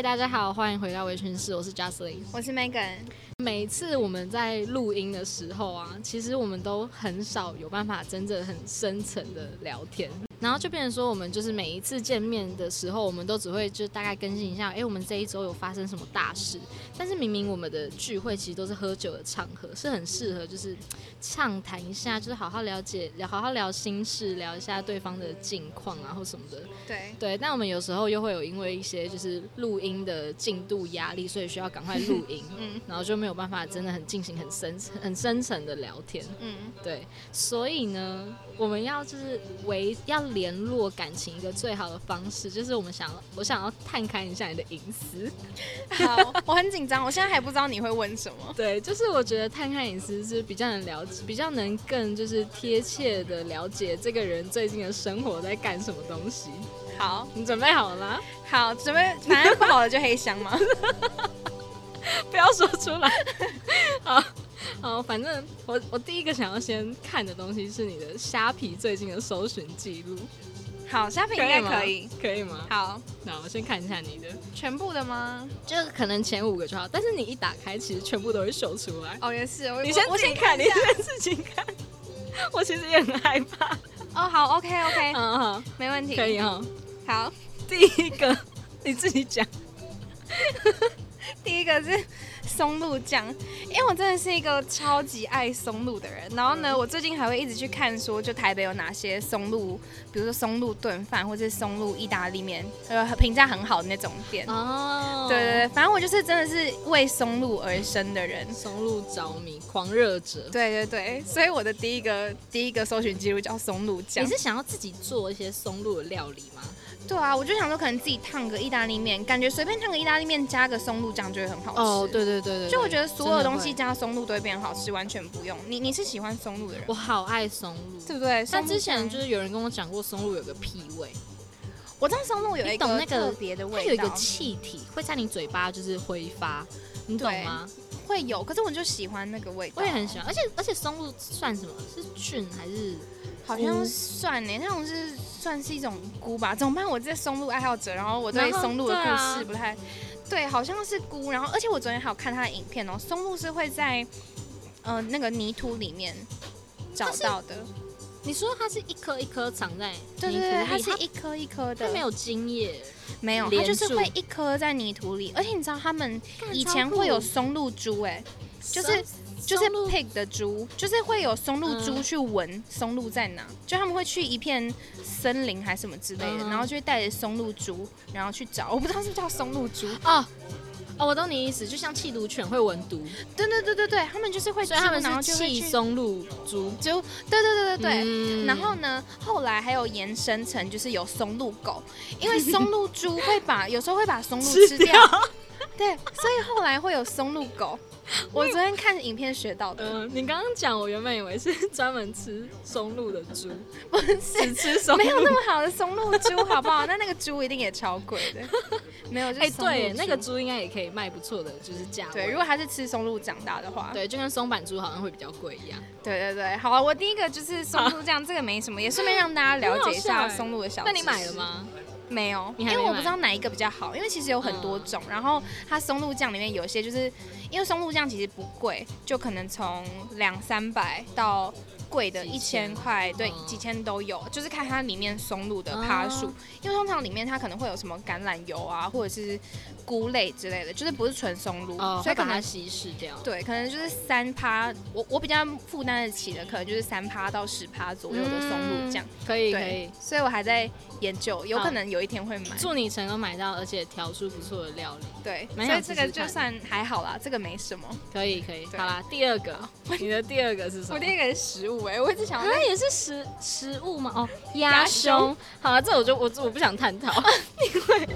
大家好，欢迎回到微醺室，我是 Jocelyn， 我是 Megan。 每一次我们在录音的时候啊，其实我们都很少有办法真正很深层的聊天，然后就变成说我们就是每一次见面的时候，我们都只会就大概更新一下，我们这一周有发生什么大事。但是明明我们的聚会其实都是喝酒的场合，是很适合就是畅谈一下，就是好好了解，好好聊心事，聊一下对方的近况啊或什么的。对，但我们有时候又会有因为一些就是录音的进度压力，所以需要赶快录音，然后就没有办法真的很进行很深层的聊天。对，所以呢，我们要就是要联络感情一个最好的方式，就是我想要探看一下你的隐私。 好，我很紧张，我现在还不知道你会问什么。 对，就是我觉得探看隐私是比较能了解，比较能更就是贴切的了解这个人最近的生活在干什么东西。 好， 你准备好了吗？ 好，准备，反正不好的就黑箱嘛。 不要说出来。好，反正我第一个想要先看的东西是你的虾皮最近的搜寻记录。 好，虾皮应该可以。 可以吗？ 好， 那我先看一下你的。 全部的吗？ 就可能前5个就好，但是你一打开，其实全部都会秀出来。 哦，也是。 你先自己看，你先自己看。我其实也很害怕。 哦，好 ，OK， 好， 没问题。 可以哈。 好， 第一个你自己讲。 第一个是松露酱，因为我真的是一个超级爱松露的人。然后呢，我最近还会一直去看说，就台北有哪些松露，比如说松露炖饭或者松露意大利面，评价很好的那种店。哦，对，反正我就是真的是为松露而生的人， 松露着迷，狂热者。 对，所以我的第一个搜寻记录叫松露酱。 你是想要自己做一些松露的料理吗？ 对啊，我就想说可能自己烫个意大利面，感觉随便烫个意大利面加个松露酱就会很好吃。 哦，对， 就我觉得所有东西加松露都会变好吃，完全不用。你是喜欢松露的人？ 我好爱松露， 对不对？ 但之前就是有人跟我讲过松露有个屁味。 我知道松露有一个特别的味道， 它有一个气体会在你嘴巴就是挥发，你懂吗？ 会有，可是我就喜欢那个味道。 我也很喜欢，而且松露算什么？是菌还是？ 好像算呢，那种是算是一种菇吧？怎么办？我这松露爱好者，然后我对松露的故事不太对，好像是菇。然后，而且我昨天还有看他的影片哦，松露是会在那个泥土里面找到的。 你说它是一颗一颗藏在泥土里？ 对，它是一颗一颗的， 它没有茎叶， 没有，它就是会一颗在泥土里。而且你知道他们以前会有松露猪，就是 pig 的猪，就是会有松露猪去闻松露在哪，就他们会去一片森林还是什么之类的，然后就会带着松露猪，然后去找，我不知道是不是叫松露猪哦，我懂你意思，就像缉毒犬会闻毒。 对，他们就是会， 所以他们是缉松露猪。 对。然后呢，后来还有延伸成就是有松露狗，因为松露猪有时候会把松露吃掉。对，所以后来会有松露狗。我昨天看影片学到的。 你刚刚讲，我原本以为是专门吃松露的猪， 不是只吃松露， 没有那么好的松露猪，好不好？那个猪一定也超贵的。没有，就是松露猪对，那个猪应该也可以卖不错的，就是价位。 对，如果它是吃松露长大的话， 对，就跟松板猪好像会比较贵一样。 对，好，我第一个就是松露酱，这个没什么，也顺便让大家了解一下松露的小知识。 那你买了吗？ 没有，因为我不知道哪一个比较好，因为其实有很多种。然后它松露酱里面有些就是因为松露酱其实不贵，就可能从200-300到贵的1000块，对，几千都有，就是看它里面松露的趴数。因为通常里面它可能会有什么橄榄油啊，或者是菇类之类的，就是不是纯松露，所以可能把它稀释掉。 对，可能就是3%，我比较负担得起的，可能就是3%到10%左右的松露酱。 可以， 所以我还在研究，有可能有一天会买。 祝你成功买到，而且调出不错的料理。 对，所以这个就算还好啦，这个没什么。 可以，好啦，第二个，你的第二个是什么？ 我第二个是食物我一直想， 它也是食物吗？哦，鸭胸。好了，这我不想探讨，因为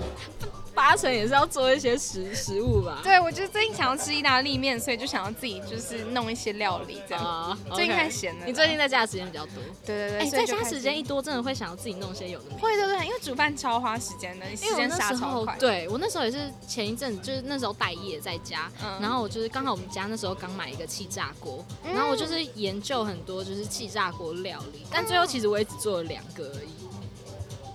8成也是要做一些食物吧。 对，我就最近想要吃意大利面，所以就想要自己就是弄一些料理这样。最近太闲了。 你最近在家的时间比较多。 对， 在家时间一多，真的会想要自己弄些有的没的。 会，对，因为煮饭超花时间的，你时间杀超快。 对，我那时候也是前一阵，就是那时候待业在家，然后我就是刚好我们家那时候刚买一个气炸锅，然后我就是研究很多就是气炸锅料理，但最后其实我也只做了2个而已。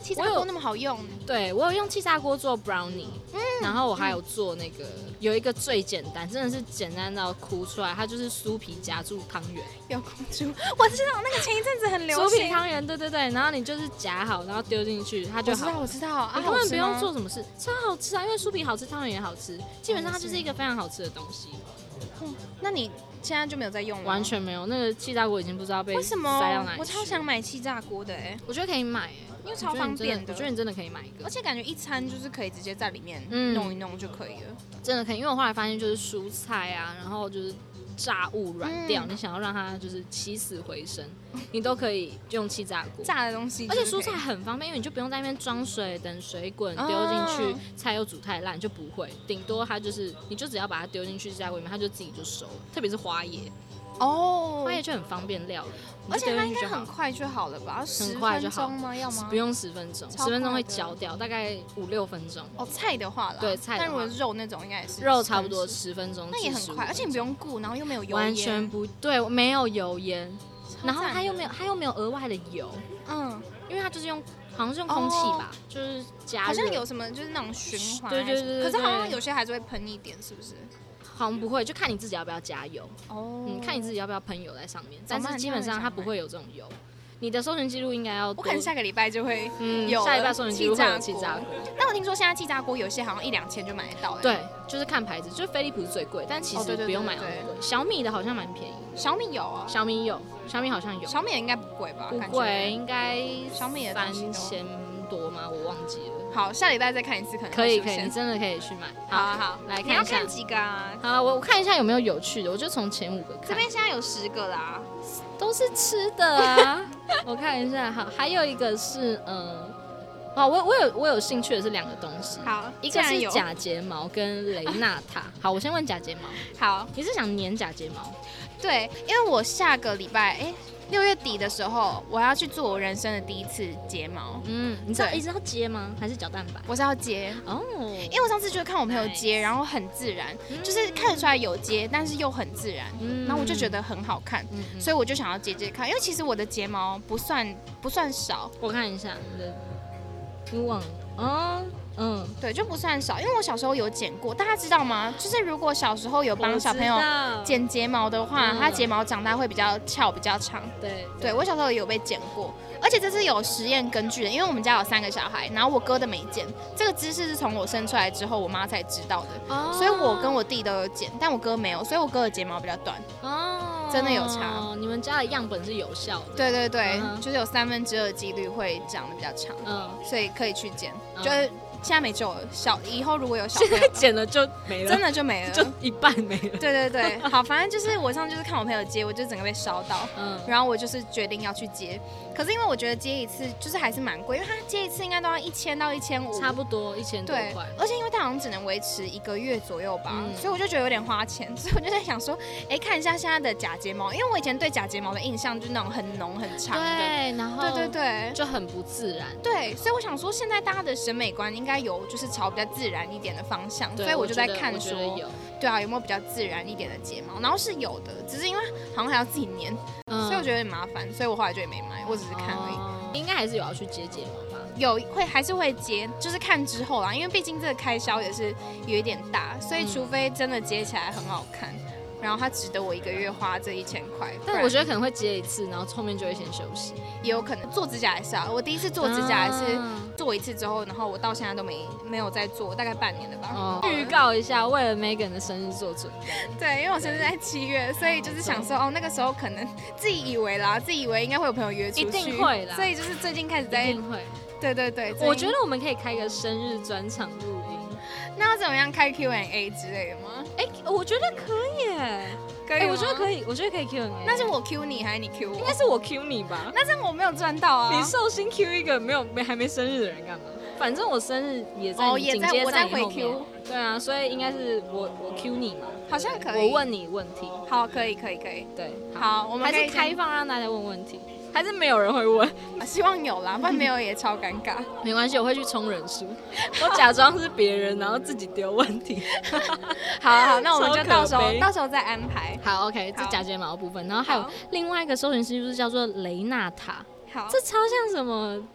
气炸锅那么好用？ 对，我有用气炸锅做 brownie，然后我还有做那个有一个最简单，真的是简单到哭出来，它就是酥皮夹住汤圆。 有公主，我知道那个前一阵子很流行酥皮汤圆，对对对，然后你就是夹好，然后丢进去，它就好。 我知道， 你根本不用做什么事，超好吃啊！因为酥皮好吃，汤圆也好吃，基本上它就是一个非常好吃的东西。 那你现在就没有在用了？ 完全没有，那个气炸锅已经不知道被塞到哪里去。 我超想买气炸锅的我觉得可以买因为超方便的。 我觉得你真的可以买一个， 而且感觉一餐就是可以直接在里面弄一弄就可以了。 真的可以，因为我后来发现就是蔬菜啊，然后就是炸物软掉，你想要让它就是起死回生，你都可以用气炸锅炸的东西。 而且蔬菜很方便，因为你就不用在那边装水等水滚丢进去，菜又煮太烂就不会，顶多它就是你就只要把它丢进去气炸锅里面，它就自己就熟了。特别是花椰花椰就很方便料理， 而且它应该很快就好了吧？ 很快就好吗？要吗？ 不用10分钟，10分钟会焦掉，大概5-6分钟。 菜的话啦， 对菜的话， 但如果肉那种应该也是肉差不多10分钟， 那也很快，而且你不用顾，然后又没有油烟， 完全不对，没有油烟，然后它又没有额外的油，因为它就是好像是用空气吧，就是加热， 好像有什么就是那种循环， 对，可是好像有些还是会喷一点，是不是？ 好像不会，就看你自己要不要加油看你自己要不要喷油在上面，但是基本上它不会有这种油。你的搜寻记录应该要， 我可能下个礼拜就会有， 下礼拜搜寻记录会有气炸锅。 但我听说现在气炸锅有些好像1-2千就买得到。 对，就是看牌子，就是飞利浦是最贵，但其实不用买那么贵。小米的好像蛮便宜。 小米有啊？ 小米好像有。 小米应该不贵吧？ 不贵，应该小米的 3000多吗？我忘记了。 好，下礼拜再看一次，可能可以，你真的可以去买。好，来看一下。你要看几个啊？ 好，我看一下有没有有趣的，我就从前5个看。 这边现在有10个啦， 都是吃的啊。我看一下，好，还有一个是我有兴趣的是2个东西。 好， 一个是假睫毛跟雷纳塔。好，我先问假睫毛。 好， 你是想粘假睫毛？ 对，因为我下个礼拜6月底的时候，我要去做我人生的第一次睫毛。 你知道接吗？还是搅蛋白？ 我是要接因为我上次就看我朋友接，然后很自然，就是看得出来有接，但是又很自然，然后我就觉得很好看，所以我就想要接看，因为其实我的睫毛不算少。 我看一下你的，你忘了对，就不算少，因为我小时候有剪过，大家知道吗？就是如果小时候有帮小朋友剪睫毛的话，他睫毛长大会比较翘、比较长。对，我小时候有被剪过，而且这是有实验根据的，因为我们家有3个小孩，然后我哥的没剪，这个知识是从我生出来之后我妈才知道的，所以我跟我弟都有剪，但我哥没有，所以我哥的睫毛比较短。真的有差。 你们家的样本是有效的。 对，就是有2/3的几率会长得比较长，所以可以去剪，就是现在没救了，以后如果有小朋友， 现在剪了就没了， 真的就没了， 就一半没了。 对，好，反正就是我上次就是看我朋友接，我就整个被烧到，然后我就是决定要去接，可是因为我觉得接一次就是还是蛮贵，因为他接一次应该都要1000到1500， 差不多1000多块， 而且因为他好像只能维持1个月左右吧，所以我就觉得有点花钱，所以我就在想说，看一下现在的假睫毛，因为我以前对假睫毛的印象就是那种很浓很长的， 对，然后对， 就很不自然， 对，所以我想说现在大家的审美观应该有就是朝比较自然一点的方向，所以我就在看说，对啊，有没有比较自然一点的睫毛，然后是有的，只是因为好像还要自己粘，所以我觉得有点麻烦，所以我后来就也没买，我只是看而已。 应该还是有要去接睫毛吧？ 还是会接，就是看之后啦，因为毕竟这个开销也是有一点大，所以除非真的接起来很好看，然后它值得我1个月花这1000块。 但我觉得可能会接一次，然后后面就会先休息。 也有可能做指甲也是啊，我第一次做指甲也是做1次之后，然后我到现在都没有再做，大概半年了吧。 预告一下，为了 Megan 的生日做准备。 对，因为我生日在7月，所以就是想说那个时候可能自己以为应该会有朋友约出去， 一定会啦。 所以就是最近开始在， 一定会。 对， 我觉得我们可以开个生日专场录音。 那要怎么样开 Q&A 之类的吗？ 我觉得可以耶。 可以， 我觉得可以 Q&A。 那是我 Q 你还是你 Q 我？ 应该是我 Q 你吧。 那这样我没有赚到啊。 你寿星 Q 一个还没生日的人干嘛？反正我生日也在紧接在你后面。对啊，所以应该是我 Q 你嘛。 好像可以。 我问你问题。 好，可以。 对， 好，我们还是开放让大家问问题。还是没有人会问， 希望有啦，不然没有也超尴尬。 没关系，我会去冲人数，我假装是别人，然后自己丢问题。 好，那我们就到时候再安排。 好 ，OK， 这假睫毛的部分，然后还有另外一个搜寻师就是叫做雷纳塔。 好， 这超像什么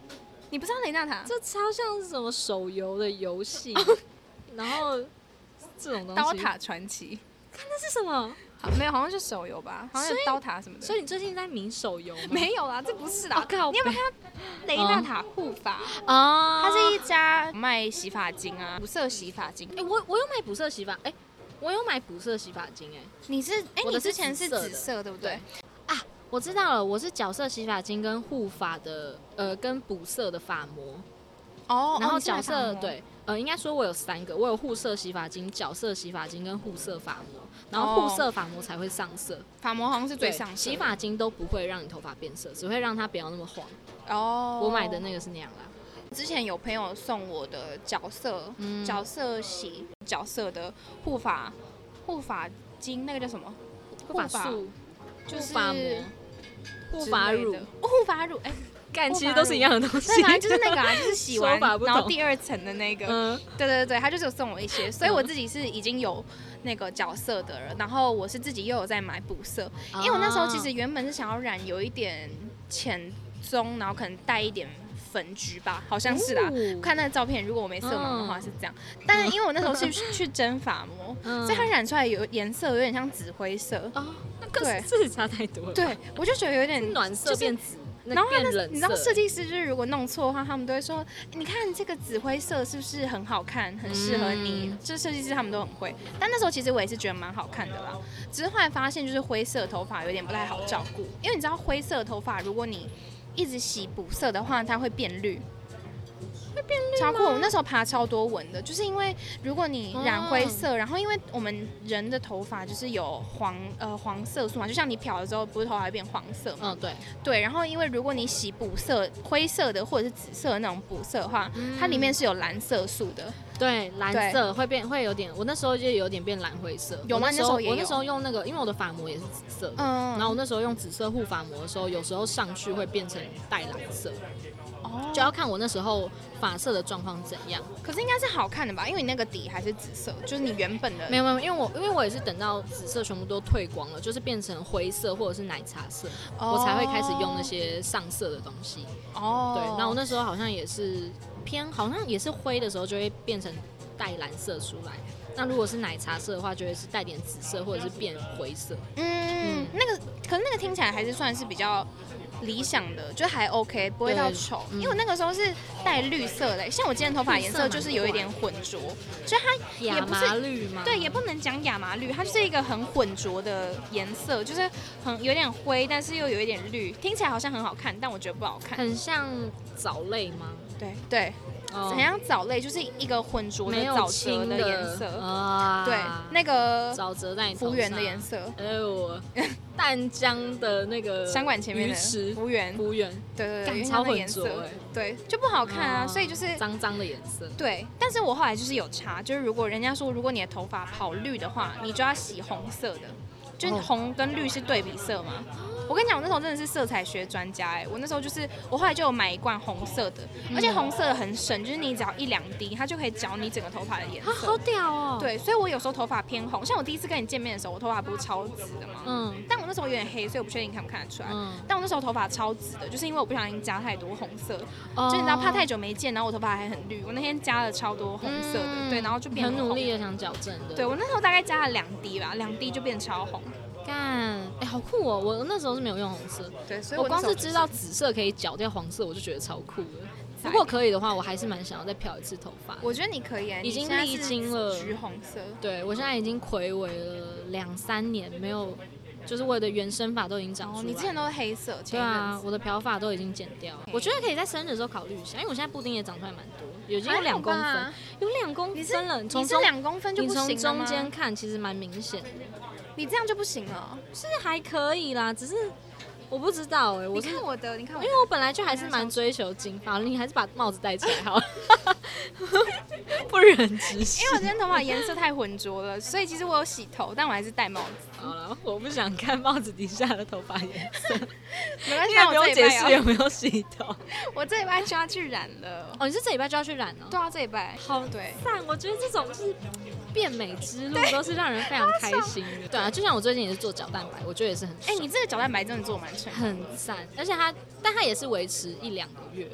你不知道雷纳塔？ 这超像是什么手游的游戏，然后这种东西。 刀塔传奇， 看那是什么？ 没有，好像是手游吧，好像有刀塔什么的。 所以你最近在迷手游吗？ 没有啦，这不是啦。 你有没有看到雷纳塔护发？ 啊， 它是一家卖洗发精啊，补色洗发精。 我有买补色洗发，我有买补色洗发精你是我的你之前是紫色对不对？ 啊，我知道了，我是角色洗发精跟护发的跟补色的发膜。然后角色对，应该说我有3个，我有护色洗发精、角色洗发精跟护色发膜，然后护色发膜才会上色， 发膜好像是最上色， 洗发精都不会让你头发变色，只会让它不要那么黄。我买的那个是那样啦。 之前有朋友送我的角色洗角色的护发精，那个叫什么？ 护发素， 就是发膜、护发乳、 护发乳， 干其实都是一样的东西。 对，反正就是那个就是洗完然后第2层的那个。对，他就是有送我一些，所以我自己是已经有那个角色的了，然后我是自己又有在买补色，因为我那时候其实原本是想要染有一点浅棕，然后可能带一点粉橘吧，好像是啦。看那个照片，如果我没色盲的话是这样。但是因为我那时候是去蒸发膜，所以它染出来有颜色有点像紫灰色。 对，这差太多了。 对，我就觉得有点暖色变紫。 然后你知道设计师就是如果弄错的话，他们都会说，你看这个紫灰色是不是很好看，很适合你？就是设计师他们都很会。但那时候其实我也是觉得蛮好看的啦，只是后来发现就是灰色头发有点不太好照顾，因为你知道灰色头发如果你一直洗补色的话，它会变绿。超酷！我那时候爬超多纹的，就是因为如果你染灰色，然后因为我们人的头发就是有黄色素嘛，就像你漂了之后，不是头发会变黄色嘛？对。然后因为如果你洗补色灰色的或者是紫色的那种补色的话，它里面是有蓝色素的。 对，蓝色会有点，我那时候就有点变蓝灰色。 有吗？那时候也有。 我那时候用那个，因为我的发膜也是紫色的，然后我那时候用紫色护发膜的时候，有时候上去会变成带蓝色。就要看我那时候发色的状况怎样。 可是应该是好看的吧，因为你那个底还是紫色，就是你原本的。 没有，因为我也是等到紫色全部都退光了，就是变成灰色或者是奶茶色，我才会开始用那些上色的东西。对，那我那时候好像也是好像也是灰的时候就会变成带蓝色出来。那如果是奶茶色的话，就会是带点紫色或者是变灰色。 可是那个听起来还是算是比较理想的，就还 OK， 不会到丑。因为我那个时候是带绿色的，像我今天头发颜色就是有一点混浊，所以它也不是亚麻绿吗？ 对，也不能讲亚麻绿，它就是一个很混浊的颜色，就是有点灰，但是又有一点绿，听起来好像很好看，但我觉得不好看。 很像藻类吗？ 对。很像藻类，就是一个浑浊的沼泽的颜色，对，那个沼泽在你头上， 福源的颜色， 淡江的那个香馆前面的福源，对， 超浑浊， 对，就不好看啊，所以就是脏脏的颜色， 对。但是我后来就是有查，就是如果人家说如果你的头发跑绿的话，你就要洗红色的，就是红跟绿是对比色嘛。我跟你讲，我那时候真的是色彩学专家我那时候就是我后来就有买一罐红色的，而且红色的很省，就是你只要1-2滴，它就可以搅你整个头发的颜色。 好屌哦！ 对，所以我有时候头发偏红，像我第一次跟你见面的时候，我头发不是超紫的嘛，但我那时候有点黑，所以我不确定你看不看得出来。但我那时候头发超紫的，就是因为我不小心加太多红色，就你知道怕太久没见，然后我头发还很绿，我那天加了超多红色的，对，然后就变很努力的想矫正的。 对，我那时候大概加了2滴吧，2滴就变超红。 好酷哦！我那时候是没有用红色， 对，所以我光是知道紫色可以搅掉黄色，我就觉得超酷的。如果可以的话，我还是蛮想要再漂一次头发。 我觉得你可以， 已经历经了橘红色。 对，我现在已经睽违了2-3年没有，就是我的原生发都已经长出来。 你之前都是黑色， 对啊，我的漂发都已经剪掉了。我觉得可以在生日的时候考虑一下，因为我现在布丁也长出来蛮多，已经有2公分，有2公分了。 你是2公分就不行了吗？ 你从中间看其实蛮明显的。 你这样就不行了， 是还可以啦，只是我不知道你看我的，你看我的， 因为我本来就还是蛮追求金发，你还是把帽子戴起来好了，不忍直视。 因为我今天头发颜色太浑浊了，所以其实我有洗头，但我还是戴帽子。 好了，我不想看帽子底下的头发颜色。 没关系， 我不用解释有没有洗头。 我这礼拜就要去染了。 你是这礼拜就要去染哦？ 对啊，这礼拜。 好赞！我觉得这种就是变美之路都是让人非常开心的。对啊，就像我最近也是做角蛋白，我觉得也是很爽。 你这个角蛋白真的做蛮成功， 很赞，而且但它也是维持1-2个月而已。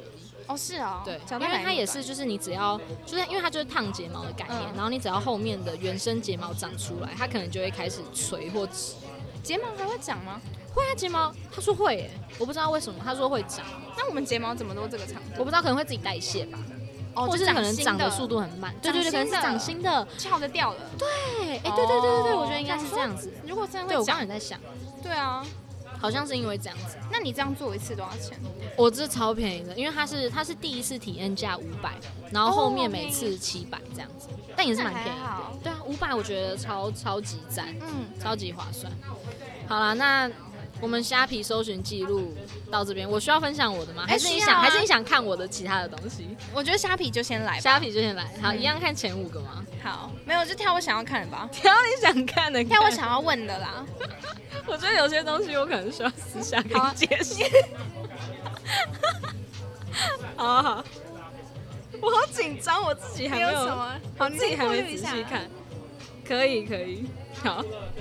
哦，是哦， 对， 因因为它也是就是你只要就是因为它就是烫睫毛的概念，然后你只要后面的原生睫毛长出来，它可能就会开始垂或直。 睫毛还会长吗？ 会啊，睫毛他说会耶，我不知道为什么，他说会长。 那我们睫毛怎么都这个长度？ 我不知道，可能会自己代谢吧。 哦， 或是可能长的速度很慢，对，可能是长新的， 翘着掉了。 对，对，我觉得应该是这样子。 如果真的会对，我刚刚也在想， 对啊， 好像是因为这样子。 那你这样做一次多少钱？ 我这超便宜的，因为它是第一次体验价500，然后后面每次700这样子，但也是蛮便宜的。对啊，500我觉得超级赞，超级划算。好啦，那我们虾皮搜寻记录到这边，我需要分享我的吗？还是你想看我的其他的东西？ 我觉得虾皮就先来吧。 虾皮就先来，好，一样看前5个吗？ 好，没有就挑我想要看的吧。 挑你想看的， 挑我想要问的啦。 我觉得有些东西我可能需要私下跟你解释。好，我好紧张，我自己还没有什么， 我自己还没仔细看。可以，好。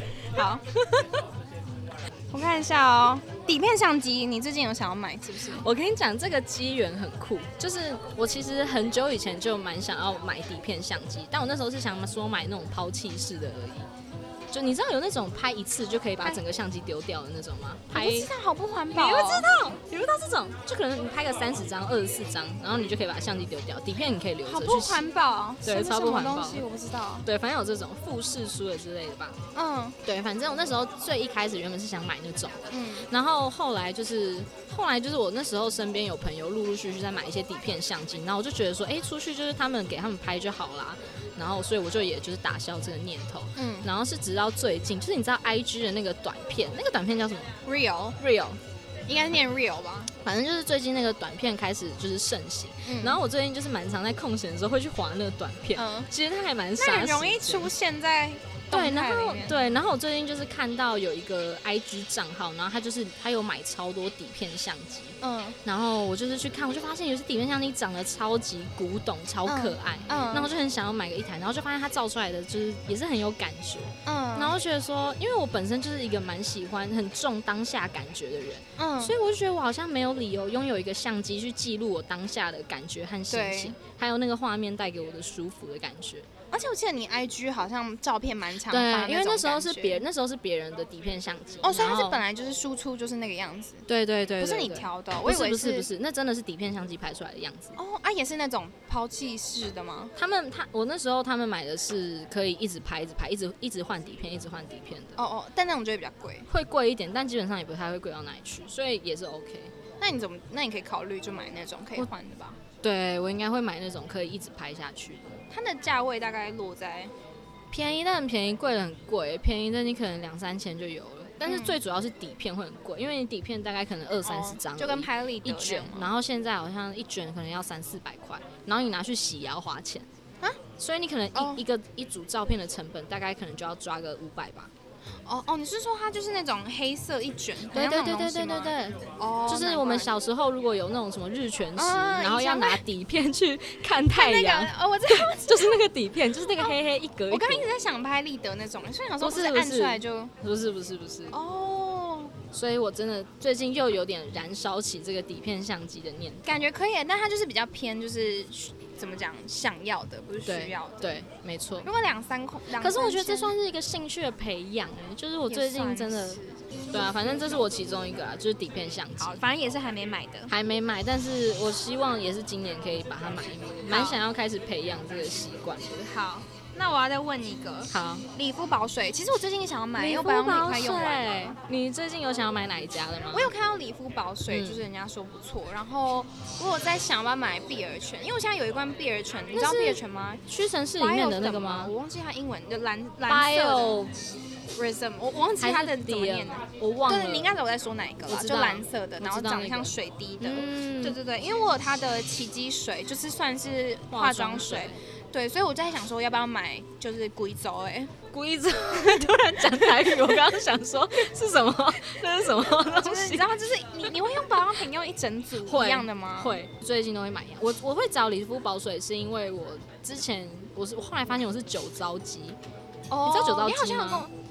我看一下哦，底片相机，你最近有想要买是不是？ 我跟你讲，这个机缘很酷，就是我其实很久以前就蛮想要买底片相机，但我那时候是想说买那种抛弃式的而已。就你知道有那种拍一次就可以把整个相机丢掉的那种吗？ 我不知道，好不环保、哦。 你不知道这种，就可能你拍个30张、24张，然后你就可以把相机丢掉，底片你可以留着。 好不环保， 对，超不环保。 什么东西我不知道。 对，反正有这种富士书的之类的吧。对，反正我那时候最一开始原本是想买那种的，然后后来就是我那时候身边有朋友陆陆续续在买一些底片相机，然后我就觉得说，出去就是给他们拍就好啦。然后，所以我就也就是打消这个念头。然后是直到最近，就是你知道 IG 的那个短片叫什么 ？Real， 应该是念 Real 吧。 反正就是最近那个短片开始就是盛行。然后我最近就是蛮常在空闲的时候会去滑那个短片。其实它还蛮杀时间， 那很容易出现在然后我最近就是看到有一个 IG 账号，然后他有买超多底片相机。然后我就是去看，我就发现有些底片相机长得超级古董，超可爱。然后我就很想要买个一台，然后就发现它照出来的就是也是很有感觉。然后觉得说，因为我本身就是一个蛮喜欢很重当下感觉的人，所以我就觉得我好像没有理由拥有一个相机去记录我当下的感觉和心情，还有那个画面带给我的舒服的感觉。 而且我记得你 IG 好像照片蛮常发对，因为那时候是别人的底片相机。 所以它是本来就是输出就是那个样子。 对， 不是你调的。 我以为不是，那真的是底片相机拍出来的样子。 也是那种抛弃式的吗？ 我那时候他们买的是可以一直拍，一直换底片，一直换底片的。 但那种就会比较贵， 会贵一点，但基本上也不太会贵到哪里去，所以也是 OK。 那你可以考虑就买那种可以换的吧？ 对，我应该会买那种可以一直拍下去的。 它的价位大概落在便宜的很便宜，贵的很贵。便宜的你可能2-3千就有了，但是最主要是底片会很贵，因为你底片大概可能20-30张， 就跟拍立得一卷，然后现在好像一卷可能要300-400块，然后你拿去洗也要花钱啊，所以你可能一组照片的成本大概可能就要抓个500吧。 你是说它就是那种黑色一卷？ 对，就是我们小时候如果有那种什么日全食，然后要拿底片去看太阳， 我知道， 就是那个底片，就是那个黑黑一格一格。 我刚刚一直在想拍立得那种，所以想说不是按出来就不是。所以我真的最近又有点燃烧起这个底片相机的念头， 感觉可以，但它就是比较偏就是怎么讲想要的，不是需要的。 对，没错。 如果2-3块， 可是我觉得这算是一个兴趣的培养就是我最近真的，对啊，反正这是我其中一个就是底片相机。 好，反正也是还没买的， 还没买，但是我希望也是今年可以把它买一买，蛮想要开始培养这个习惯的。 好。那我要再问你一个， 好， 理肤保水，其实我最近也想要买，因为我保养品快用完了。 你最近有想要买哪一家的吗？ 我有看到理肤保水，就是人家说不错，然后我有在想要不要买碧尔泉，因为我现在有一罐碧尔泉，你知道碧尔泉吗？ 屈臣氏里面的那个吗？ 我忘记它英文，就蓝色的。我忘记它的怎么念的， 我忘了。 对，你应该知道我在说哪一个了，就蓝色的，然后长得像水滴的。对，因为我有它的奇迹水，就是算是化妆水。对，所以我在想说要不要买，就是贵州贵州突然讲台语，我刚刚想说是什么？那是什么东西？ 就是你知道，就是你会用保养品用一整组一样的吗？ 会，最近都会买一样。我会找理肤保水，是因为我之前我后来发现我是酒糟肌。你知道酒糟肌吗？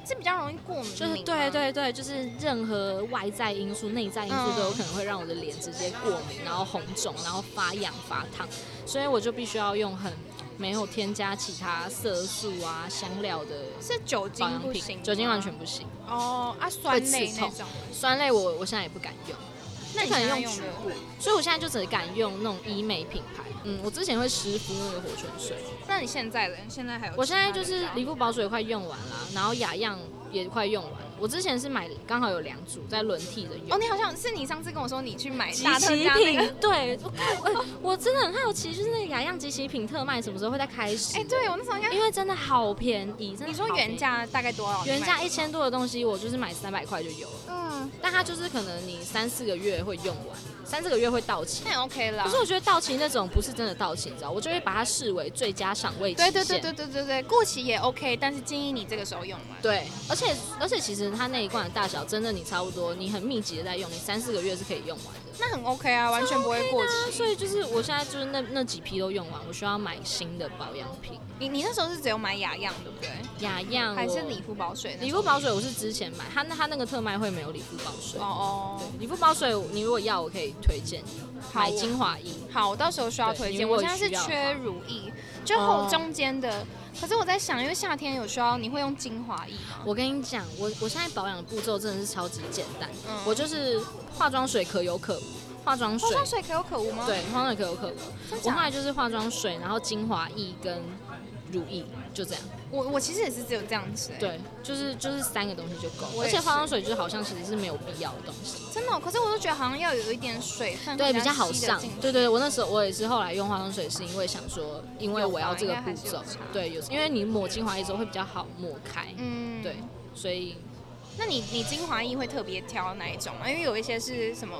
是比较容易过敏， 就是对，就是任何外在因素、内在因素都有可能会让我的脸直接过敏，然后红肿，然后发痒发烫，所以我就必须要用很没有添加其他色素啊、香料的是酒精保养品， 不行， 酒精完全不行。 酸类那种， 酸类我现在也不敢用。 那你可能用局部， 所以我现在就只敢用那种医美品牌。我之前会湿敷那个活泉水。 那你现在还有？ 我现在就是理肤宝水快用完了，然后雅漾也快用完。我之前是买刚好有2组在轮替的用。 你好像是你上次跟我说你去买集大特齐品， 价那个， 对，我真的很好奇，就是那个雅漾集齐品特卖什么时候会再开始？ 对我那时候因为真的好便宜，真的。 你说原价大概多少？ 原价1000多的东西，我就是买300块就有了。但它就是可能你3-4个月会用完，3-4个月会到期， 那也 OK 啦。 可是我觉得到期那种不是真的到期，你知道，我就会把它视为最佳赏味期限。 对，过期也 OK， 但是建议你这个时候用完。 对，而且其实它那一罐的大小，真的你差不多，你很密集的在用，你3-4个月是可以用完的。 那很 OK 啊，完全不会过期。 所以就是我现在就是那几批都用完，我需要买新的保养品。 你那时候是只有买雅漾对不对？ 雅漾还是理肤宝水？ 理肤宝水我是之前买，它那个特卖会没有理肤宝水。 对， 理肤宝水你如果要，我可以推荐你买精华液。 好，我到时候需要推荐。我现在是缺乳液，就后中间的。可是我在想，因为夏天有需要，你会用精华液吗？ 我跟你讲，我现在保养的步骤真的是超级简单。我就是化妆水可有可无。化妆水可有可无吗？ 对，化妆水可有可无。我后来就是化妆水，然后精华液跟乳液，就这样。 我其实也是只有这样子。 对，就是3个东西就够。而且化妆水就是好像其实是没有必要的东西。 真的，可是我都觉得好像要有一点水分， 对，比较好上。对，我那时候我也是后来用化妆水，是因为想说，因为我要这个步骤，对，因为你抹精华液之后会比较好抹开。对，所以。 那你精华液会特别挑哪一种吗？因为有一些是什么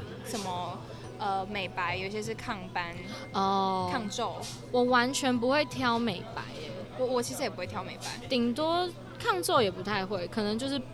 美白，有一些是抗斑抗皱。 我完全不会挑美白耶。 我其实也不会挑美白， 顶多抗皱也不太会，可能就是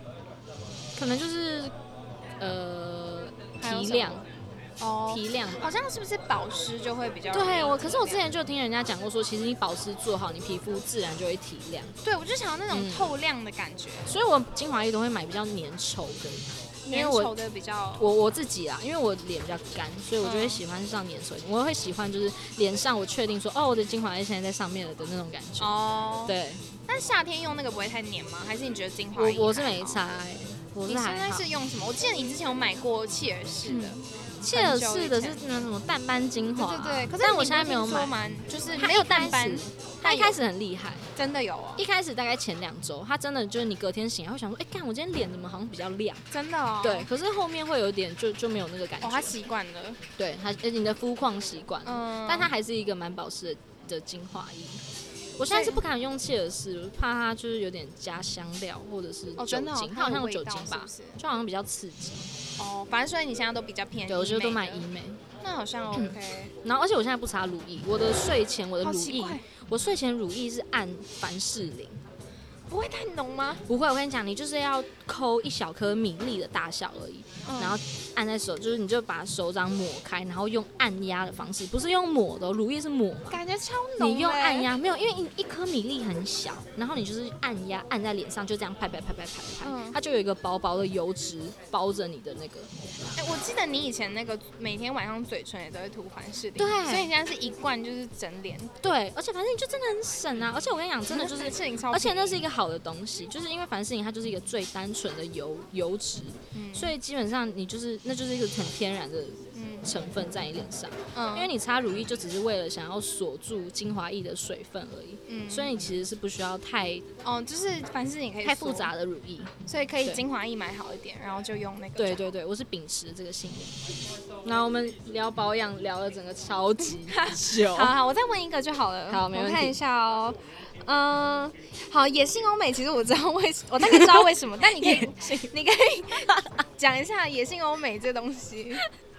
提亮。提亮好像是不是保湿就会比较对可是我之前就听人家讲过说，其实你保湿做好，你皮肤自然就会提亮。 对，我就想要那种透亮的感觉， 所以我精华液都会买比较粘稠的， 粘稠的比较我自己因为我脸比较干，所以我就会喜欢上粘稠一点。我会喜欢就是脸上我确定说我的精华液现在在上面了的那种感觉。对。 但夏天用那个不会太黏吗？还是你觉得精华液我是没差我是还好。 你现在是用什么？我记得你之前有买过契尔氏的。 契尔氏的是那什么淡斑精华， 对，可是但我现在没有买， 就是没有淡斑。 它一开始很厉害， 真的有一开始大概前2周，它真的就是你隔天醒来会想说，干我今天脸怎么好像比较亮？ 真的对，可是后面会有点就没有那个感觉。 它习惯了。 对，你的肤况习惯了，但它还是一个蛮保湿的精华液。我现在是不敢用契尔氏，怕它就是有点加香料或者是酒精，它好像有酒精吧，就好像比较刺激。 反正所以你现在都比较偏对，我觉得都买医美， 那好像 OK。 然后而且我现在不擦乳液，我的睡前乳液是按凡士林。 不会太浓吗？ 不会，我跟你讲，你就是要抠1小颗米粒的大小而已，然后按在手，就是你就把手掌抹开，然后用按压的方式，不是用抹的，乳液是抹嘛， 感觉超浓。 你用按压没有，因为一颗米粒很小，然后你就是按压按在脸上，就这样拍，它就有一个薄薄的油脂包着你的那个。 我记得你以前那个每天晚上嘴唇也都会涂凡士林， 对， 所以你现在是一罐就是整脸。 对，而且凡士林就真的很省啊，而且我跟你讲，真的就是凡士林超， 而且那是一个好的东西，就是因为凡士林它就是一个最单纯的油脂，所以基本上那就是一个很天然的成分在你脸上，因为你擦乳液就只是为了想要锁住精华液的水分而已，所以你其实是不需要太就是凡士林可以太复杂的乳液， 所以可以精华液买好一点，然后就用那个。 对，我是秉持这个信念。那我们聊保养聊了整个超级久， 好，我再问一个就好了。 好，没问题。 我看一下哦。好，野性欧美其实我知道我大概知道为什么，但你可以讲一下野性欧美这东西。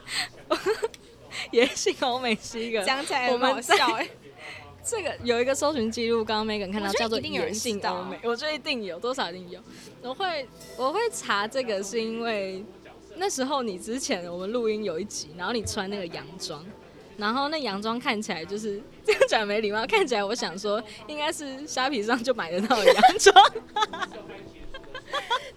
野性欧美是一个讲起来很好笑这个有一个搜寻记录，刚刚 Megan 看到叫做野性欧美，我觉得一定有，多少一定有。我会查这个是因为那时候你之前我们录音有一集，然后你穿那个洋装。然后那洋装看起来就是这样讲没礼貌，看起来我想说应该是虾皮上就买得到的洋装。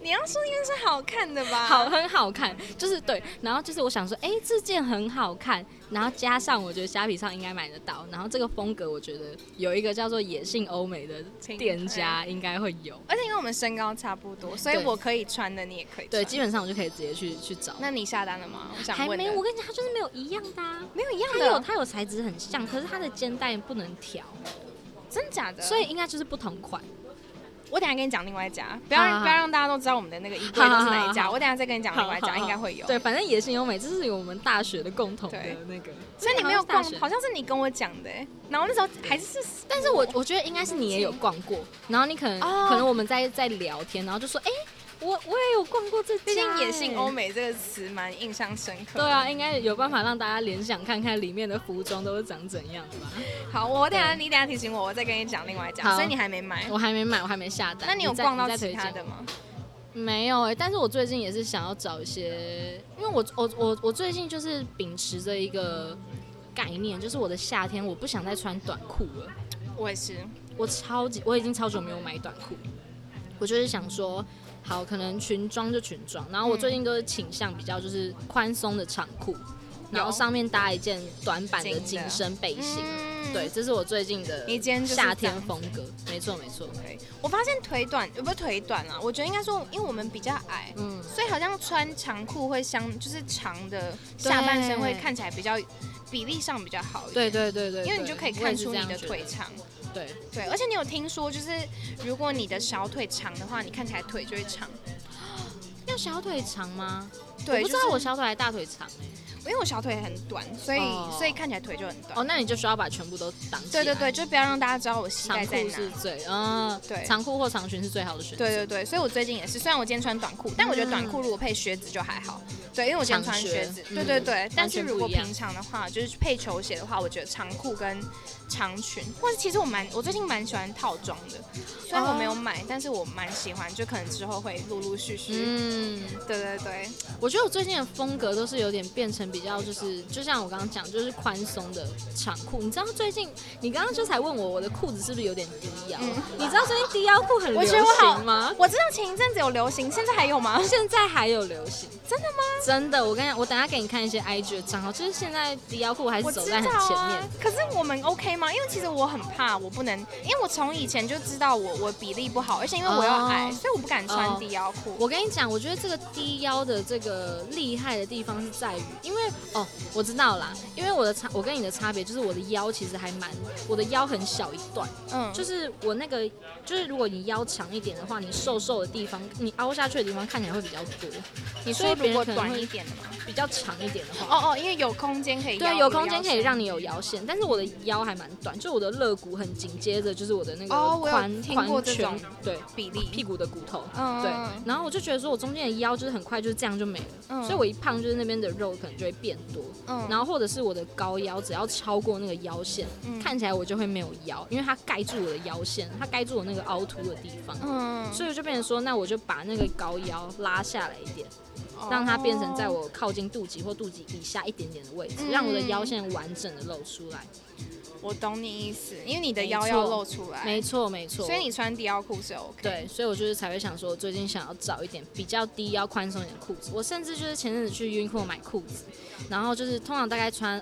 你要说应该是好看的吧？ 很好看，就是对。然后就是我想说，这件很好看，然后加上我觉得虾皮上应该买得到，然后这个风格我觉得有一个叫做野性欧美的店家应该会有。 而且因为我们身高差不多，所以我可以穿的，你也可以穿。 对，基本上我就可以直接去找。 那你下单了吗？我想问。 还没，我跟你讲，它就是没有一样的没有一样的。 它有材质很像，可是它的肩带不能调。 真假的？ 所以应该就是不同款。 我等一下跟你讲另外一家，不要让大家都知道我们的那个衣柜都是哪一家。我等一下再跟你讲另外一家，应该会有。 对，反正野性优美，这是我们大学的共同的那个。 所以你没有逛，好像是你跟我讲的，然后那时候还是， 但是我觉得应该是你也有逛过，然后你可能我们在聊天，然后就说我也有逛过这家。毕竟野性欧美这个词蛮印象深刻。 对啊，应该有办法让大家联想看看里面的服装都是长怎样的吧。 好，你等一下提醒我，我再跟你讲另外一家。所以你还没买？ 我还没买，我还没下单。 那你有逛到其他的吗？ 没有但是我最近也是想要找一些，因为我最近就是秉持着一个概念，就是我的夏天我不想再穿短裤了。 我也是， 我已经超久没有买短裤，我就是想说。好，可能裙装就裙装，然后我最近都是倾向比较就是宽松的长裤，然后上面搭一件短版的紧身背心。对，这是我最近的夏天风格。没错。 我发现腿短，不是腿短啦，我觉得应该说，因为我们比较矮，所以好像穿长裤会就是长的下半身会看起来比较比例上比较好一点。对，因为你就可以看出你的腿长。对，而且你有听说，就是如果你的小腿长的话，你看起来腿就会长。 要小腿长吗？ 对， 我不知道我小腿还大腿长因为我小腿很短，所以看起来腿就很短。 那你就需要把全部都挡起来。 对，就不要让大家知道我膝盖在哪。 长裤是最， 对， 长裤或长裙是最好的选择。 对，所以我最近也是，虽然我今天穿短裤，但我觉得短裤如果配靴子就还好。对，因为我今天穿靴子。对，但是如果平常的话，就是配球鞋的话，我觉得长裤跟长裙，或者其实我最近蛮喜欢套装的，虽然我没有买，但是我蛮喜欢，就可能之后会陆陆续续。对， 我觉得我最近的风格都是有点变成比较就像我刚刚讲，就是宽松的长裤。你知道最近你刚刚就才问我的裤子是不是有点低腰？你知道最近低腰裤很流行吗？ 我知道前一阵子有流行，现在还有吗？ 现在还有流行， 真的吗？ 真的，我跟你讲，我等一下给你看一些 IG 的账号，就是现在低腰裤还是走在很前面。 可是我们 OK 吗？因为其实我很怕，我不能，因为我从以前就知道我比例不好，而且因为我又矮，所以我不敢穿低腰裤。 我跟你讲，我觉得这个低腰的这个厉害的地方是在于，因为我知道啦，因为我跟你的差别就是我的腰其实我的腰很小一段，就是我那个就是如果你腰长一点的话，你瘦的地方，你凹下去的地方看起来会比较多。 你说如果短一点的吗？ 比较长一点的话， 因为有空间可以对，有空间可以让你有腰线，但是我的腰还蛮短，就我的肋骨很紧接着就是我的那个髋圈，对， 比例屁股的骨头，对，然后我就觉得说我中间的腰就是很快就是这样就没了，所以我一胖就是那边的肉可能就会变多，然后或者是我的高腰只要超过那个腰线，看起来我就会没有腰，因为它盖住我的腰线，它盖住我那个凹凸的地方，所以我就变成说，那我就把那个高腰拉下来一点。让它变成在我靠近肚脐或肚脐以下一点点的位置，让我的腰线完整的露出来。 我懂你意思，因为你的腰要露出来。 没错。 所以你穿低腰裤是 OK。 对，所以我就是才会想说，我最近想要找一点比较低腰宽松一点的裤子。我甚至就是前阵子去 Uniqlo 买裤子，然后就是通常大概穿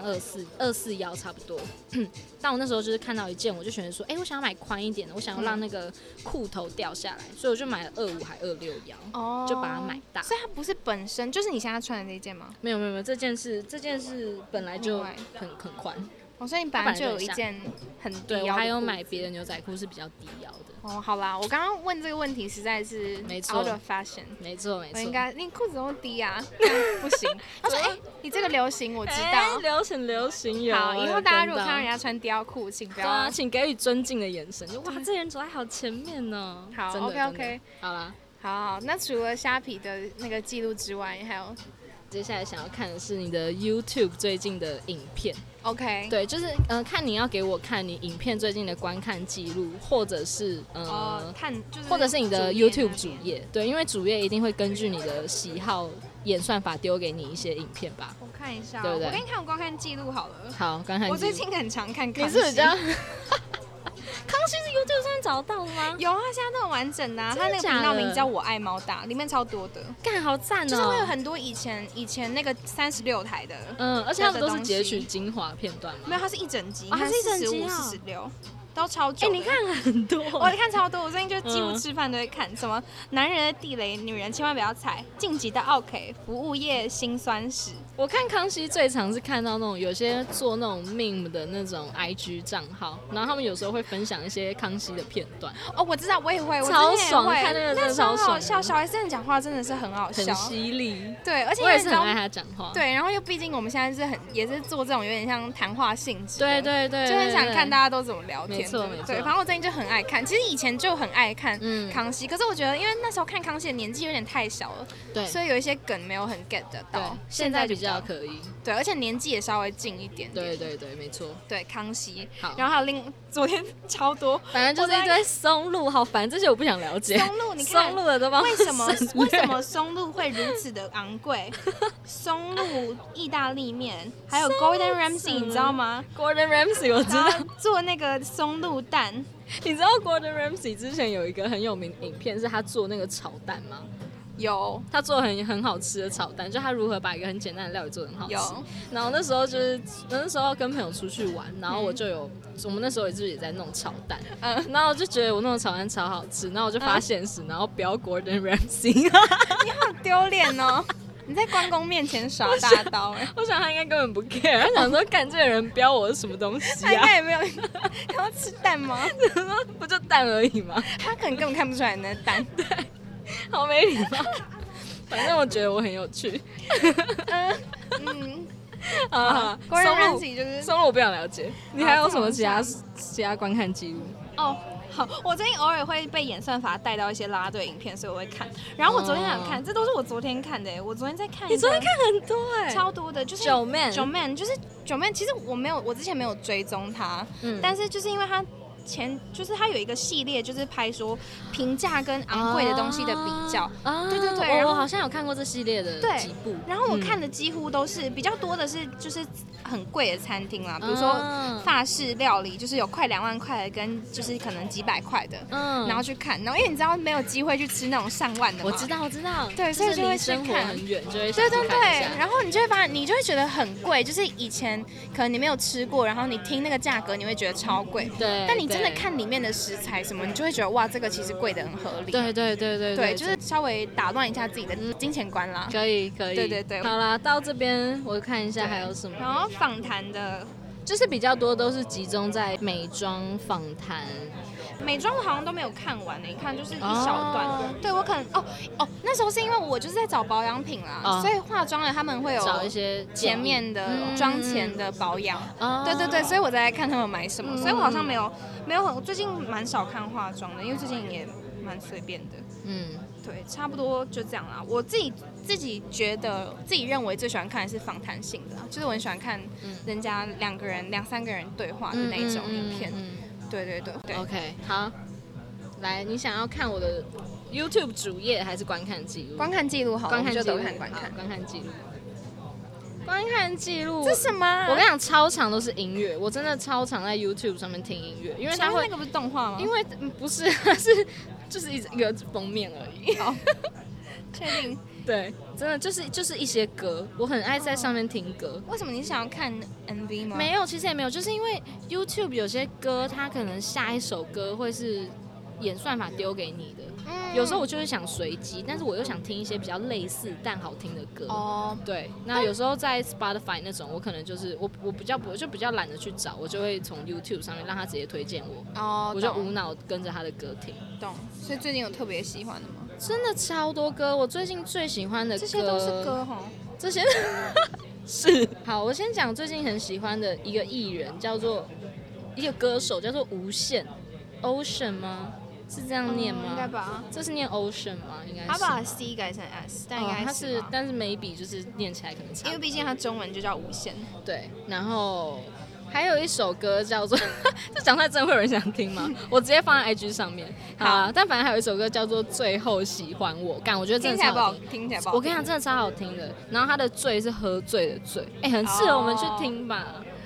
23、24腰差不多。但我那时候就是看到一件，我就选择说，我想要买宽一点的，我想要让那个裤头掉下来，所以我就买了25还26腰，就把它买大。 所以它不是本身就是你现在穿的那件吗？ 没有，这件是本来就很宽。 所以你本来就有一件很低腰的裤子。 对，我还有买别的牛仔裤是比较低腰的。 好啦，我刚刚问这个问题实在是 out of fashion。 没错。 我应该，你裤子那么低啊，不行。他说，你这个流行我知道。 流行有。 好，以后大家如果看到人家穿低腰裤，请不要。 请给予尊敬的眼神。哇，这人走在好前面呢。 好 ，OK。 好啦。 好，那除了虾皮的那个记录之外，还有？ 接下来想要看的是你的 YouTube 最近的影片 ，OK， 对，就是看你要给我看你影片最近的观看记录，或者是或者是你的 YouTube 主页，对，因为主页一定会根据你的喜好演算法丢给你一些影片吧。 我看一下， 对不对？ 我给你看我观看记录好了。 好，观看记录。 我最近很常看， 你是不是这样？ 康熙是 YouTube 上面找到的吗？ 有啊，现在都很完整的啊。他那个频道名字叫我爱猫大，里面超多的， 干好赞哦！ 就是会有很多以前那个36台的， 而且他们都是截取精华片段嘛。 没有，它是一整集， 它是一整集 45、46。都超久， 你看很多， 我看超多，我最近就几乎吃饭都会看，什么男人的地雷，女人千万不要踩，晋级的奥 K， 服务业辛酸史。 我看康熙最常是看到那种有些做那种 meme 的那种 IG 账号，然后他们有时候会分享一些康熙的片段。 哦，我知道，我也会， 超爽，看那个真的超爽， 小 S 真的讲话真的是很好笑， 很犀利。 对，而且我也是很爱他讲话。 对，然后又毕竟我们现在也是做这种有点像谈话性质， 对， 就很想看大家都怎么聊天。 没错。 对，反正我最近就很爱看，其实以前就很爱看康熙，可是我觉得因为那时候看康熙的年纪有点太小了， 对， 所以有一些梗没有很 get 得到。 现在比较可以。 对，而且年纪也稍微近一点点。 对，没错。 对，康熙。 好， 然后还有昨天超多， 反正就是一堆松露，好烦，这些我不想了解。 松露，你看松露的都帮我为什么松露会如此的昂贵？松露意大利面，还有 Gordon Ramsay， 你知道吗 ？Gordon Ramsay 我知道， 做那个松露蛋。 你知道 Gordon Ramsay 之前有一个很有名的影片，是他做那个炒蛋吗？ 有， 他做很好吃的炒蛋，就他如何把一个很简单的料理做得很好吃。 有， 然后那时候跟朋友出去玩，然后我们那时候也在弄炒蛋，然后我就觉得我弄的炒蛋超好吃，然后我就发现实，然后标 Gordon Ramsay， 你好丢脸哦！你在关公面前耍大刀我想他应该根本不 care， 他想说干这个人标我是什么东西啊？ 他应该也没有，他要吃蛋吗？ 不就蛋而已吗？ 他可能根本看不出来那蛋。 对，好没礼貌。反正我觉得我很有趣。松露我不想了解。你还有什么其他观看记录？ 哦，好，我最近偶尔会被演算法带到一些啦啦队影片，所以我会看。然后我昨天想看，这都是我昨天看的。我昨天在看， 你昨天看很多超多的，就是九妹， 就是九妹。其实我之前没有追踪他，但是就是因为他。就是他有一个系列，就是拍说平价跟昂贵的东西的比较。对， 我好像有看过这系列的几部。 然后我看的几乎都是比较多的是就是很贵的餐厅啦，比如说法式料理，就是有快2万块的，跟就是可能几百块的，然后去看。然后因为你知道没有机会去吃那种上万的嘛， 我知道。 对，所以就会去看。 很远，就会对。 然后你就会发现，你就会觉得很贵，就是以前可能你没有吃过，然后你听那个价格，你会觉得超贵。 对， 但你真的看里面的食材什么，你就会觉得哇，这个其实贵得很合理。 对， 就是稍微打乱一下自己的金钱观啦。 可以。 对。 好啦，到这边我看一下还有什么。 然后访谈的， 就是比较多都是集中在美妆访谈。 美妆好像都没有看完你看就是一小段。对，我可能那时候是因为我就是在找保养品啦，所以化妆的他们会有找一些前面的妆前的保养。对，所以我在看他们买什么，所以我好像没有我最近蛮少看化妆的，因为最近也蛮随便的。对，差不多就这样啦。我自己觉得自己认为最喜欢看的是访谈性的，就是我很喜欢看人家2三个人对话的那种影片。对。 OK， 好，来，你想要看我的 YouTube 主页还是观看记录？ 观看记录好，我们就都看观看记录。观看记录， 这什么我跟你讲，超长都是音乐，我真的超常在 YouTube 上面听音乐，因为它会那个不是动画吗？ 因为不是，它是就是一个封面而已。 好，确定？ 对，真的就是一些歌，我很爱在上面听歌。 为什么你想要看 MV 吗？ 没有，其实也没有，就是因为 YouTube 有些歌，它可能下一首歌会是演算法丢给你的。有时候我就是想随机，但是我又想听一些比较类似但好听的歌。对，那有时候在 Spotify 那种，我可能就是我比较懒得去找，我就会从 YouTube 上面让他直接推荐我。我就无脑跟着他的歌听。 懂。所以最近有特别喜欢的吗？ 真的超多歌，我最近最喜欢的歌， 这些都是歌齁。 这些是好，我先讲最近很喜欢的一个艺人，叫做一个歌手，叫做无限 Ocean 吗？是这样念吗？ 应该吧。 这是念 Ocean 吗？应该是。 他把 C 改成 S， 但应该是但是 maybe 就是念起来可能差。 因为毕竟他中文就叫无限。 对，然后还有一首歌叫做这讲出来真的会有人想听吗？我直接放在 IG 上面。好，但反正还有一首歌叫做《最后喜欢我》，我觉得真的超好听， 听起来不好听。 我跟你讲，真的超好听的。然后他的醉是喝醉的醉，很适合我们去听吧。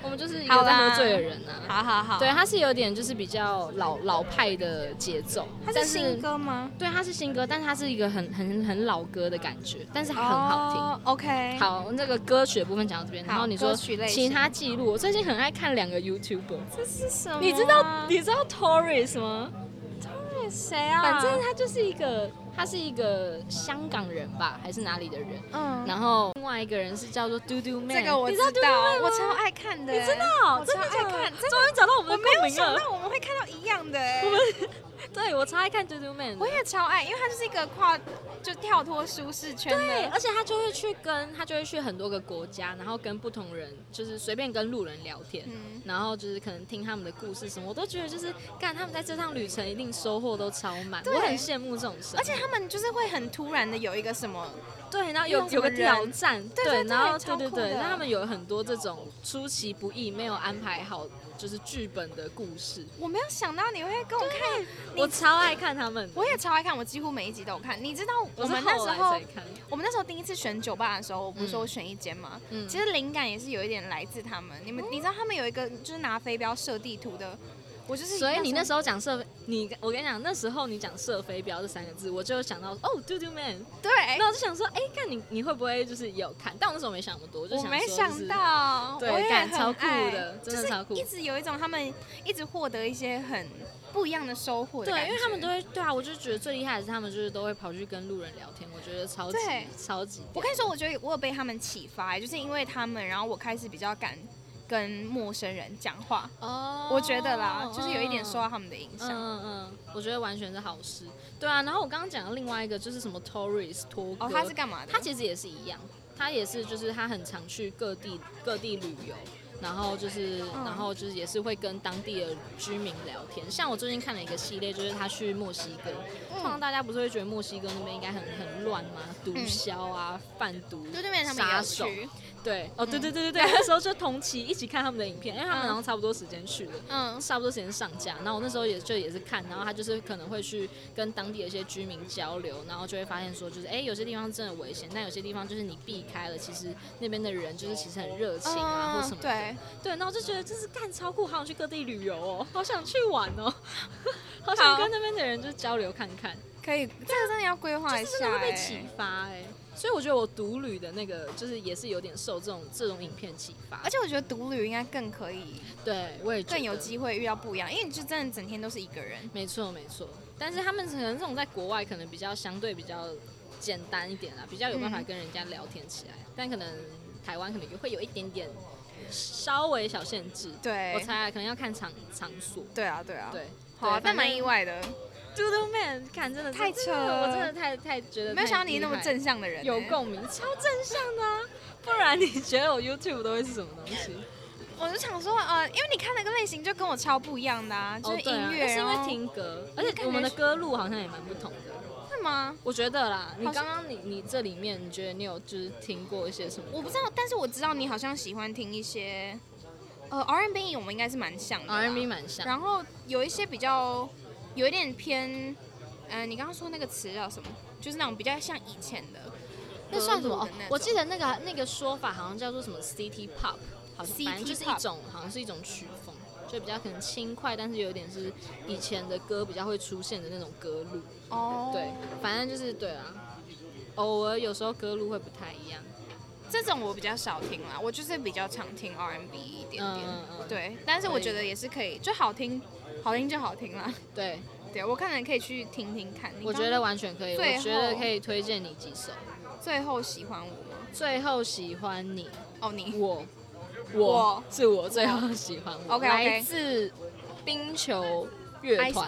我们就是一个在喝醉的人啊。 好好好， 对，它是有点就是比较老派的节奏。 它是新歌吗？ 对，它是新歌，但是它是一个很老歌的感觉，但是很好听。 OK， 好，那个歌曲的部分讲到这边，然后你说其他记录，我最近很爱看2个 YouTuber。 这是什么？ 你知道 Torres 吗？ Torres 谁啊？ 反正他是一个香港人吧，还是哪里的人？然后另外一个人是叫做嘟嘟 man， 这个我知道，我超爱看的。 你知道？ 我超爱看，终于找到我们的共鸣了。 我没有想到我们会看到一样的。 对，我超爱看嘟嘟 man， 我也超爱，因为他就是一个就跳脱舒适圈的。 对，而且他就会去很多个国家，然后跟不同人就是随便跟路人聊天，然后就是可能听他们的故事什么，我都觉得就是干他们在这趟旅程一定收获都超满，我很羡慕这种生活。 而且他们就是会很突然的有一个什么。 对，然后有个挑战， 对， 然后对，那他们有很多这种出其不意、没有安排好就是剧本的故事。 我没有想到你会跟我看， 我超爱看他们， 我也超爱看，我几乎每一集都有看。你知道我们那时候第一次选酒吧的时候，我不是说我选一间吗？其实灵感也是有一点来自他们。你知道他们有一个就是拿飞镖射地图的。我就是， 所以你那时候讲我跟你讲，那时候你讲射飞镖这3个字，我就想到嘟嘟 man， 对， 那我就想说，看你会不会就是有看？但我那时候没想那么多，我就想说、就是， 我没想到， 对，感超酷的，真的超酷， 一直有一种他们一直获得一些很不一样的收获的感觉。 对，因为他们都会，对啊，我就觉得最厉害的是他们就是都会跑去跟路人聊天，我觉得超级。 我跟你说，我觉得我有被他们启发，就是因为他们，然后我开始比较敢跟陌生人讲话，我觉得啦，就是有一点受到他们的影响。 我觉得完全是好事。对啊，然后我刚刚讲的另外一个就是什么 Torres 托哥， 他是干嘛的？ 他其实也是一样，他也是就是他很常去各地旅游。然后就是也是会跟当地的居民聊天。像我最近看了一个系列，就是他去墨西哥。通常大家不是会觉得墨西哥那边应该很乱吗？毒枭啊，贩毒、杀手。对，对，那时候就同期一起看他们的影片，因为他们好像差不多时间去的，差不多时间上架。然后我那时候也是看，然后他就是可能会去跟当地的一些居民交流，然后就会发现说，就是有些地方真的危险，但有些地方就是你避开了，其实那边的人就是其实很热情啊，或什么的。对，那我就觉得就是干超酷，好想去各地旅游哦，好想去玩哦，好想跟那边的人就是交流看看。 可以，这个真的要规划一下， 真的会被启发所以我觉得我独旅的那个就是也是有点受这种影片启发， 而且我觉得独旅应该更可以， 对我也觉得更有机会遇到不一样，因为你就真的整天都是一个人。 没错，但是他们可能这种在国外可能相对比较简单一点啦，比较有办法跟人家聊天起来，但可能台湾可能会有一点点稍微小限制。 对， 我猜可能要看场所。 对啊， 对， 好啊，但蛮意外的。 嘟嘟 man 看真的太扯了， 我真的太觉得没有想到你那么正向的人， 有共鸣，超正向的啊！不然你觉得我 YouTube 都会是什么东西？ 我就想说，因为你看那个类型就跟我超不一样的啊，就是音乐， 是因为听歌，而且我们的歌路好像也蛮不同的。 是吗？ 我觉得啦，你刚刚你这里面，你觉得你有就是听过一些什么？ 我不知道，但是我知道你好像喜欢听一些，R&B 我们应该是蛮像的 ，R&B 蛮像， 然后有一些比较。有一点偏，你刚刚说那个词叫什么？就是那种比较像以前的， 那算什么？我记得那个说法好像叫做什么 City Pop， 好像反正就是好像是一种曲风，就比较可能轻快，但是有点是以前的歌比较会出现的那种歌路。对，反正就是对啊，偶尔有时候歌路会不太一样。 这种我比较少听啦，我就是比较常听 R&B 一点点。对，但是我觉得也是可以，就好听就好听啦。对，我看人可以去听听看。 我觉得完全可以，我觉得可以推荐你几首。 最后喜欢我吗？ 最后喜欢你。 你。 我是我最后喜欢我。 OK， 来自冰球乐团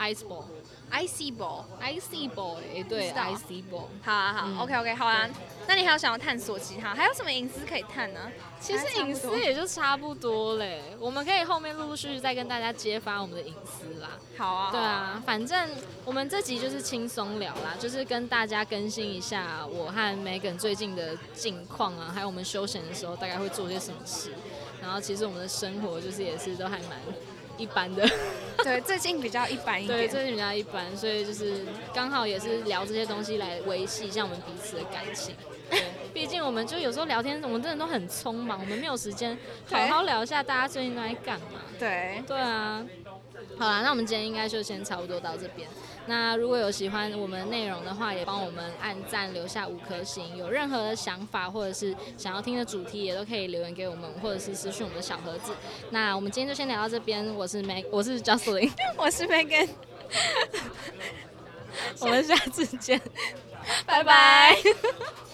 Ice Ball， 对 ，Ice Ball。 好 ，OK， 好啊。那你还有想要探索其他？还有什么隐私可以探呢？ 其实隐私也就差不多嘞，我们可以后面陆陆续续再跟大家揭发我们的隐私啦。 好啊。 对啊，反正我们这集就是轻松聊啦，就是跟大家更新一下我和 Megan 最近的近况啊，还有我们休闲的时候大概会做些什么事。然后其实我们的生活就是也是都还蛮一般的。 对，最近比较一般一点。 对，最近比较一般，所以就是刚好也是聊这些东西来维系一下我们彼此的感情。对。 毕竟我们就有时候聊天，我们真的都很匆忙，我们没有时间好好聊一下大家最近都在干嘛。 对， 对啊。好啦，那我们今天应该就先差不多到这边。那如果有喜欢我们的内容的话，也帮我们按赞，留下5颗星。有任何的想法或者是想要听的主题，也都可以留言给我们，或者是私讯我们的小盒子。那我们今天就先聊到这边。我是 Jocelyn， 我是 Megan， 我们下次见， 拜拜。